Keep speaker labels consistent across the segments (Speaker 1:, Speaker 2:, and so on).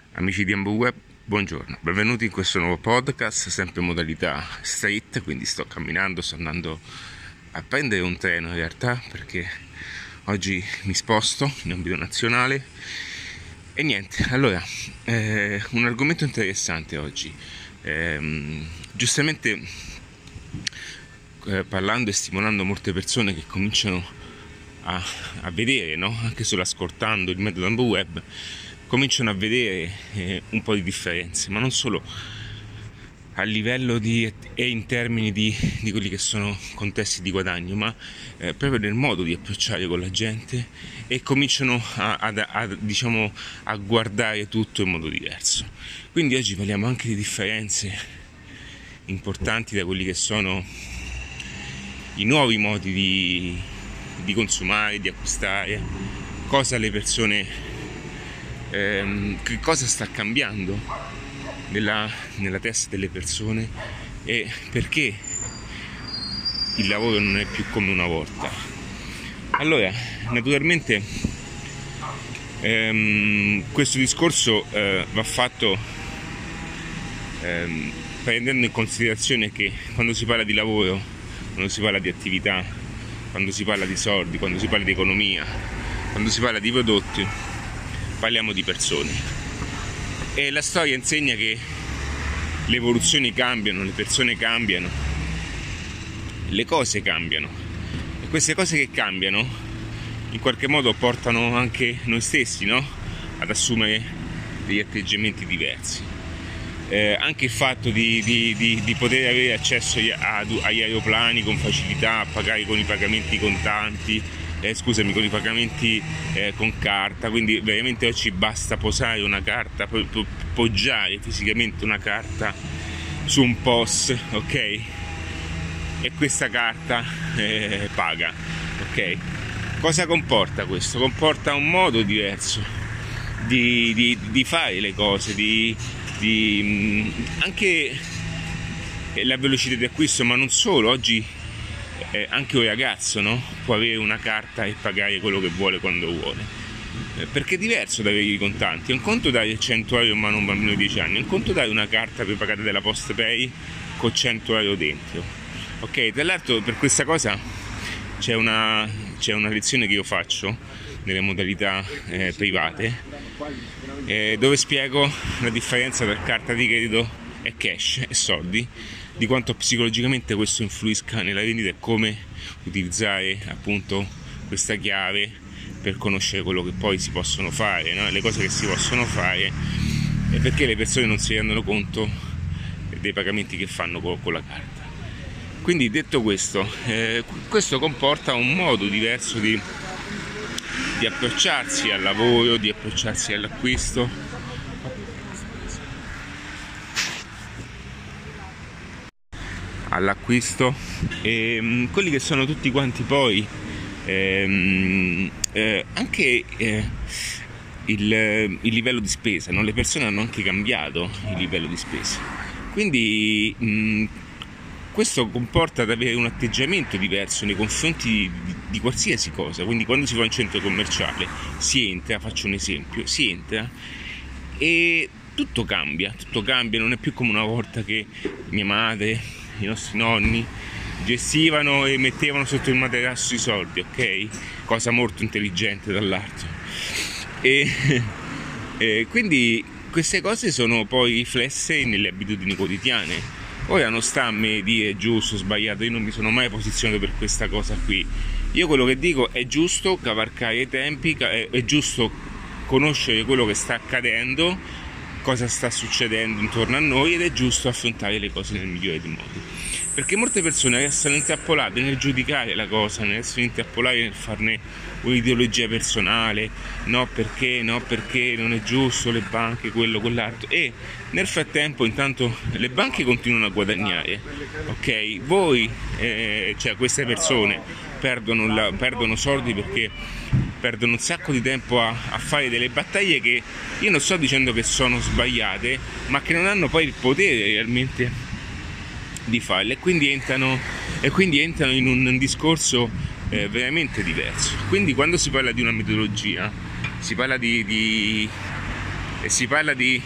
Speaker 1: Amici di Ambu Web, buongiorno, benvenuti in questo nuovo podcast, sempre in modalità street, quindi sto camminando, sto andando a prendere un treno in realtà perché oggi mi sposto in ambito nazionale e niente, allora, un argomento interessante oggi, giustamente parlando e stimolando molte persone che cominciano a vedere, no? Anche solo ascoltando il metodo Ambu Web, cominciano a vedere un po' di differenze, ma non solo a livello e in termini di quelli che sono contesti di guadagno, ma proprio nel modo di approcciare con la gente, e cominciano a guardare tutto in modo diverso. Quindi oggi parliamo anche di differenze importanti da quelli che sono i nuovi modi di consumare, di acquistare, cosa le persone che cosa sta cambiando nella testa delle persone e perché il lavoro non è più come una volta. Allora, naturalmente questo discorso va fatto prendendo in considerazione che quando si parla di lavoro, quando si parla di attività, quando si parla di soldi, quando si parla di economia, quando si parla di prodotti, parliamo di persone, e la storia insegna che le evoluzioni cambiano, le persone cambiano, le cose cambiano, e queste cose che cambiano in qualche modo portano anche noi stessi, no? Ad assumere degli atteggiamenti diversi. Anche il fatto di poter avere accesso agli aeroplani con facilità, a pagare con i pagamenti contanti, con i pagamenti con carta, quindi veramente oggi basta posare una carta, poggiare fisicamente una carta su un POS, ok? E questa carta paga, ok? Cosa comporta questo? Comporta un modo diverso di fare le cose, anche la velocità di acquisto, ma non solo. Oggi anche un ragazzo, no? Può avere una carta e pagare quello che vuole quando vuole, perché è diverso da avere i contanti. È un conto dare 100 euro in mano a un bambino di 10 anni, è un conto dare una carta per pagare della PostPay con 100 euro dentro, ok? Tra l'altro, per questa cosa c'è una lezione che io faccio nelle modalità private, dove spiego la differenza tra carta di credito e cash e soldi, di quanto psicologicamente questo influisca nella vendita e come utilizzare appunto questa chiave per conoscere quello che poi si possono fare, no? Le cose che si possono fare, e perché le persone non si rendono conto dei pagamenti che fanno con la carta. Quindi, detto questo, questo comporta un modo diverso di approcciarsi al lavoro, di approcciarsi all'acquisto, e quelli che sono tutti quanti poi anche il livello di spesa, no? Le persone hanno anche cambiato il livello di spesa, quindi questo comporta ad avere un atteggiamento diverso nei confronti di qualsiasi cosa. Quindi quando si va in un centro commerciale si entra, faccio un esempio, si entra e tutto cambia, non è più come una volta che mia madre, i nostri nonni gestivano e mettevano sotto il materasso i soldi, ok? Cosa molto intelligente dall'altro. E quindi queste cose sono poi riflesse nelle abitudini quotidiane. Ora non sta a me dire giusto o sbagliato, io non mi sono mai posizionato per questa cosa qui. Io quello che dico è giusto cavalcare i tempi, è giusto conoscere quello che sta accadendo, cosa sta succedendo intorno a noi, ed è giusto affrontare le cose nel migliore dei modi, perché molte persone restano intrappolate nel giudicare la cosa, nel essere intrappolate nel farne un'ideologia personale, no perché non è giusto, le banche, quello, quell'altro, e nel frattempo intanto le banche continuano a guadagnare, ok? Voi, cioè queste persone perdono soldi perché perdono un sacco di tempo a fare delle battaglie che io non sto dicendo che sono sbagliate, ma che non hanno poi il potere realmente di farle, e quindi entrano in un discorso veramente diverso. Quindi quando si parla di una metodologia si parla di e si parla di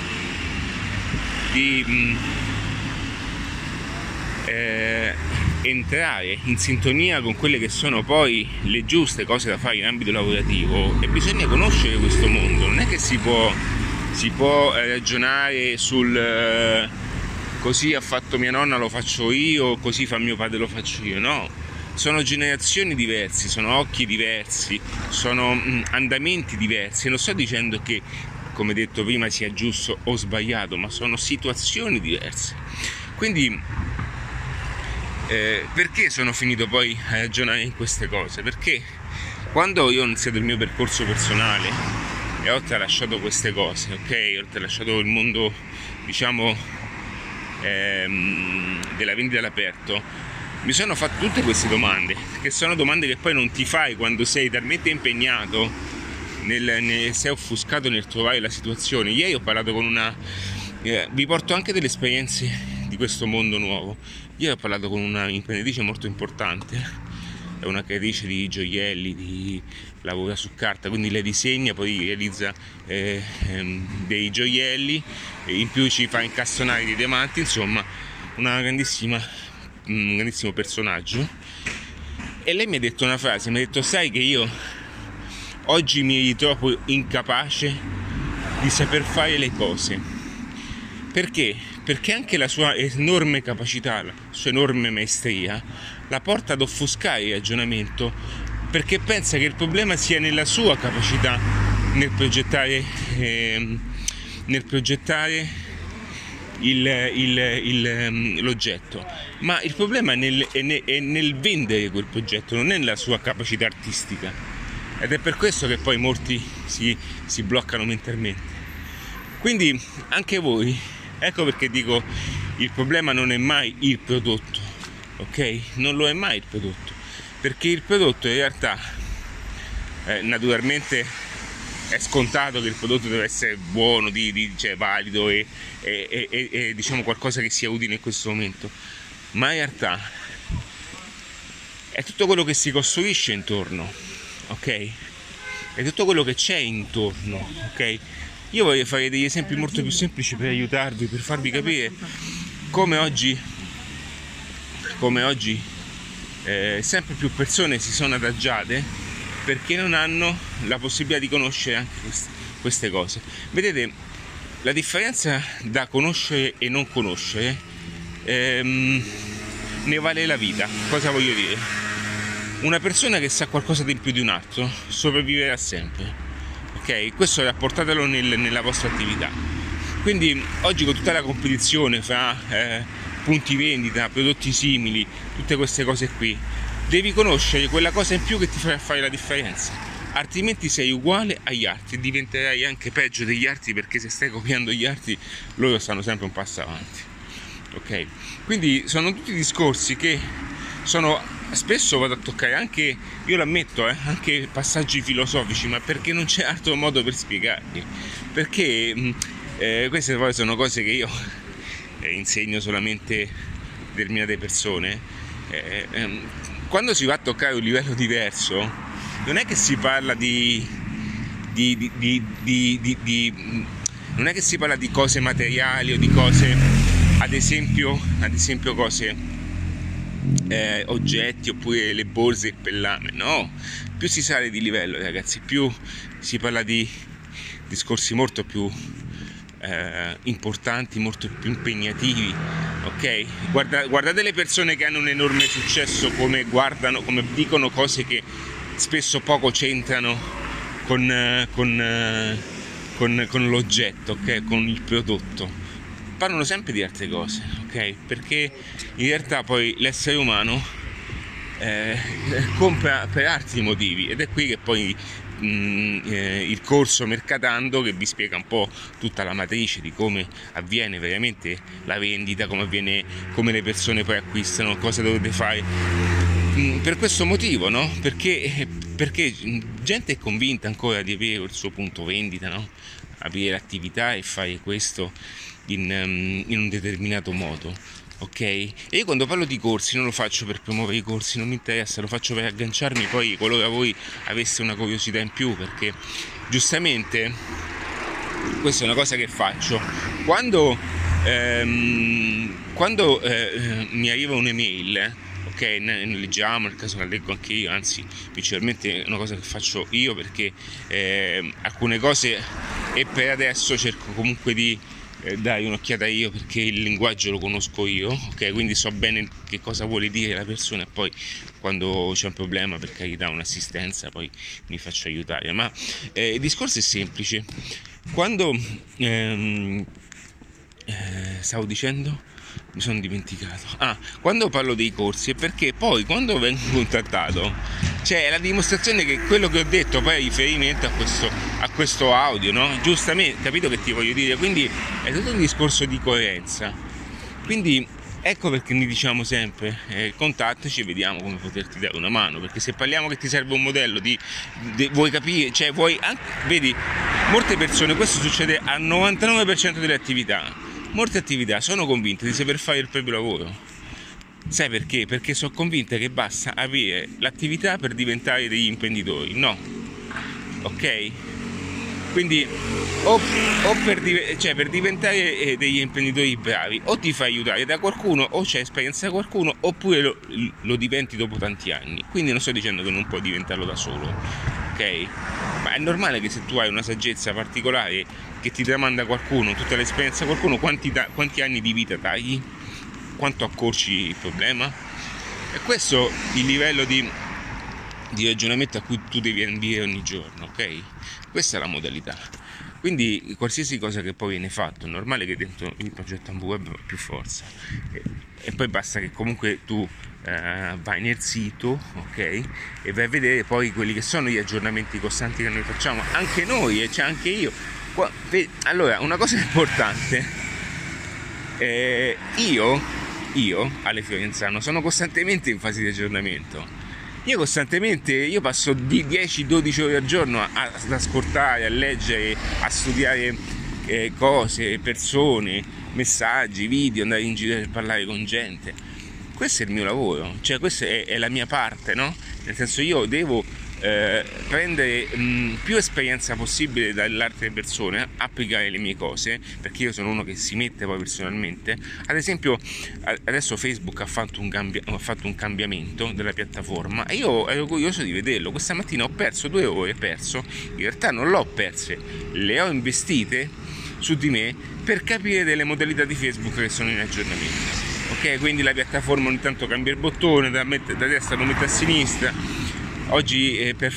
Speaker 1: entrare in sintonia con quelle che sono poi le giuste cose da fare in ambito lavorativo, e bisogna conoscere questo mondo. Non è che si può ragionare sul così ha fatto mia nonna, lo faccio io, così fa mio padre, lo faccio io. No, sono generazioni diverse, sono occhi diversi, sono andamenti diversi. Non sto dicendo che, come detto prima, sia giusto o sbagliato, ma sono situazioni diverse. Quindi perché sono finito poi a ragionare in queste cose? Perché quando io ho iniziato il mio percorso personale e ho tralasciato queste cose, ok? Ho tralasciato il mondo, diciamo, della vendita all'aperto, mi sono fatto tutte queste domande, che sono domande che poi non ti fai quando sei talmente impegnato, sei offuscato nel trovare la situazione. Ieri ho parlato con vi porto anche delle esperienze di questo mondo nuovo. Io ho parlato con una imprenditrice molto importante, è una creatrice di gioielli, lavora su carta, quindi lei disegna, poi realizza dei gioielli, e in più ci fa incastonare dei diamanti, insomma un grandissimo personaggio. E lei mi ha detto una frase, mi ha detto: sai che io oggi mi ritrovo incapace di saper fare le cose. Perché? Perché anche la sua enorme capacità, la sua enorme maestria la porta ad offuscare il ragionamento, perché pensa che il problema sia nella sua capacità nel progettare l'oggetto, ma il problema è nel vendere quel progetto, non è nella sua capacità artistica, ed è per questo che poi molti si bloccano mentalmente. Quindi anche voi, ecco perché dico, il problema non è mai il prodotto, ok? Non lo è mai il prodotto, perché il prodotto in realtà naturalmente è scontato che il prodotto deve essere buono, cioè valido e diciamo qualcosa che sia utile in questo momento, ma in realtà è tutto quello che si costruisce intorno, ok? È tutto quello che c'è intorno, ok? Io voglio fare degli esempi molto più semplici per aiutarvi, per farvi capire come oggi sempre più persone si sono adagiate perché non hanno la possibilità di conoscere anche queste cose. Vedete, la differenza da conoscere e non conoscere ne vale la vita. Cosa voglio dire? Una persona che sa qualcosa di più di un altro sopravviverà sempre. Ok, questo rapportatelo nella vostra attività. Quindi oggi, con tutta la competizione fra punti vendita, prodotti simili, tutte queste cose qui, devi conoscere quella cosa in più che ti farà fare la differenza, altrimenti sei uguale agli altri, diventerai anche peggio degli altri, perché se stai copiando gli altri, loro stanno sempre un passo avanti. Ok, quindi sono tutti discorsi che spesso vado a toccare, anche, io l'ammetto, anche passaggi filosofici, ma perché non c'è altro modo per spiegarli, perché queste poi sono cose che io insegno solamente a determinate persone. Quando si va a toccare un livello diverso, non è che si parla non è che si parla di cose materiali o di cose, ad esempio cose, oggetti, oppure le borse, il pellame. No, più si sale di livello, ragazzi, più si parla di discorsi molto più importanti, molto più impegnativi, ok? Guardate le persone che hanno un enorme successo, come dicono cose che spesso poco c'entrano con l'oggetto, ok? Con il prodotto. Parlano sempre di altre cose, ok? Perché in realtà poi l'essere umano compra per altri motivi, ed è qui che poi il corso Mercatando, che vi spiega un po' tutta la matrice di come avviene veramente la vendita, come le persone poi acquistano, cosa dovete fare. Per questo motivo, no? Perché gente è convinta ancora di avere il suo punto vendita, no? Aprire l'attività e fare questo in un determinato modo, ok? E io quando parlo di corsi non lo faccio per promuovere i corsi, non mi interessa, lo faccio per agganciarmi poi qualora voi aveste una curiosità in più, perché giustamente questa è una cosa che faccio quando mi arriva un'email, ok, ne leggiamo, nel caso la leggo anche io, anzi principalmente è una cosa che faccio io, perché alcune cose, e per adesso cerco comunque di dare un'occhiata io, perché il linguaggio lo conosco io, ok, quindi so bene che cosa vuole dire la persona, e poi quando c'è un problema, per carità, un'assistenza, poi mi faccio aiutare. Ma il discorso è semplice. Quando stavo dicendo, mi sono dimenticato. Quando parlo dei corsi è perché poi quando vengo contattato c'è la dimostrazione che quello che ho detto poi è riferimento a questo audio, no? Giustamente, capito che ti voglio dire? Quindi è tutto un discorso di coerenza. Quindi ecco perché ne diciamo sempre, contattaci e vediamo come poterti dare una mano, perché se parliamo che ti serve un modello vuoi capire, cioè vuoi anche, vedi, molte persone, questo succede al 99% delle attività. Molte attività sono convinte di saper fare il proprio lavoro. Sai perché? Perché sono convinte che basta avere l'attività per diventare degli imprenditori. No. Ok? Quindi per diventare degli imprenditori bravi, o ti fai aiutare da qualcuno, o c'è esperienza da qualcuno, oppure lo diventi dopo tanti anni. Quindi non sto dicendo che non puoi diventarlo da solo, ok? Ma è normale che se tu hai una saggezza particolare che ti tramanda qualcuno, tutta l'esperienza di qualcuno, quanti anni di vita tagli? Quanto accorci il problema? E questo è il livello di ragionamento a cui tu devi ambire ogni giorno, ok? Questa è la modalità. Quindi qualsiasi cosa che poi viene fatto è normale che dentro il progetto AmbuWeb ha più forza, e poi basta che comunque tu vai nel sito, ok, e vai a vedere poi quelli che sono gli aggiornamenti costanti che noi facciamo, anche noi, e cioè anche io. Allora, una cosa importante, io Ale Fiorenzano sono costantemente in fase di aggiornamento. Io passo di 10-12 ore al giorno ad ascoltare, a leggere, a studiare cose, persone, messaggi, video, andare in giro per parlare con gente. Questo è il mio lavoro, cioè questa è la mia parte, no? Nel senso, io devo prendere più esperienza possibile dalle persone, applicare le mie cose, perché io sono uno che si mette poi personalmente. Ad esempio adesso Facebook ha fatto un cambiamento della piattaforma e io ero curioso di vederlo. Questa mattina ho perso 2 ore, in realtà non l'ho perse, le ho investite su di me per capire delle modalità di Facebook che sono in aggiornamento. Ok, quindi la piattaforma ogni tanto cambia il bottone, da destra lo mette a sinistra. Oggi per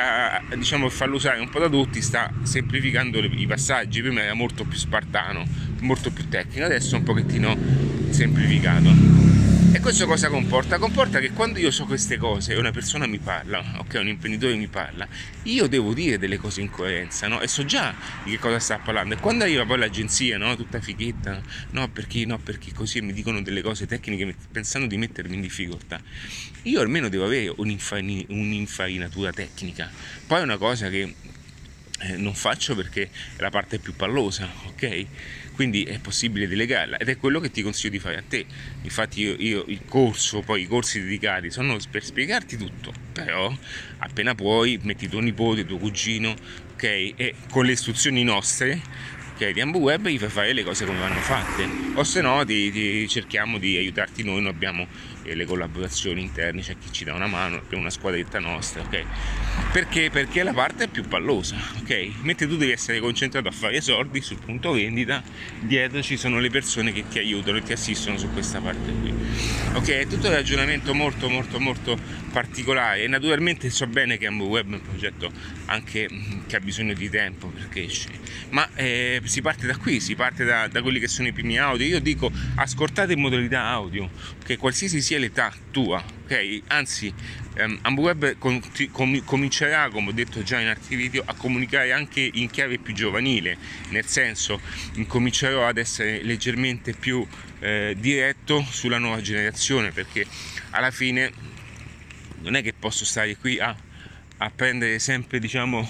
Speaker 1: farlo usare un po' da tutti sta semplificando i passaggi. Prima era molto più spartano, molto più tecnico, adesso è un pochettino semplificato. E questo cosa comporta? Comporta che quando io so queste cose e una persona mi parla, ok, un imprenditore mi parla, io devo dire delle cose in coerenza, no? E so già di che cosa sta parlando. E quando arriva poi l'agenzia, no? Tutta fighetta, no perché così mi dicono delle cose tecniche pensando di mettermi in difficoltà, io almeno devo avere un'infarinatura tecnica. Poi è una cosa che non faccio perché è la parte più pallosa, ok? Quindi è possibile delegarla ed è quello che ti consiglio di fare a te. Infatti io i corsi dedicati sono per spiegarti tutto, però appena puoi metti tuo nipote, tuo cugino, ok? E con le istruzioni nostre, ok, di AmbuWeb gli fai fare le cose come vanno fatte, o se no ti cerchiamo di aiutarti noi abbiamo le collaborazioni interne, c'è chi ci dà una mano, abbiamo una squadretta nostra, ok? Perché è la parte più pallosa, ok? Mentre tu devi essere concentrato a fare soldi sul punto vendita, dietro ci sono le persone che ti aiutano e ti assistono su questa parte qui, ok? È tutto un ragionamento molto molto molto particolare e naturalmente so bene che AmbuWeb è un progetto anche che ha bisogno di tempo per crescere, ma si parte da qui, si parte da quelli che sono i primi audio. Io dico ascoltate in modalità audio, che qualsiasi sia l'età tua, ok? Anzi, AmbuWeb comincerà, come ho detto già in altri video, a comunicare anche in chiave più giovanile, nel senso comincerò ad essere leggermente più diretto sulla nuova generazione, perché alla fine non è che posso stare qui a prendere sempre,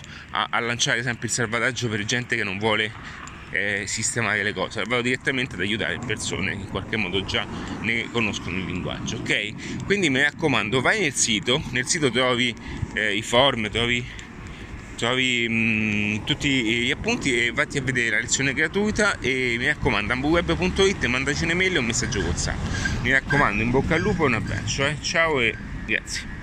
Speaker 1: a lanciare sempre il salvataggio per gente che non vuole sistemare le cose. Vado direttamente ad aiutare persone che in qualche modo già ne conoscono il linguaggio, ok? Quindi mi raccomando, vai nel sito trovi i form, trovi trovi tutti gli appunti e vatti a vedere la lezione gratuita e mi raccomando ambweb.it, mandaci un'email o un messaggio WhatsApp. Mi raccomando, in bocca al lupo e un abbraccio, ciao e grazie.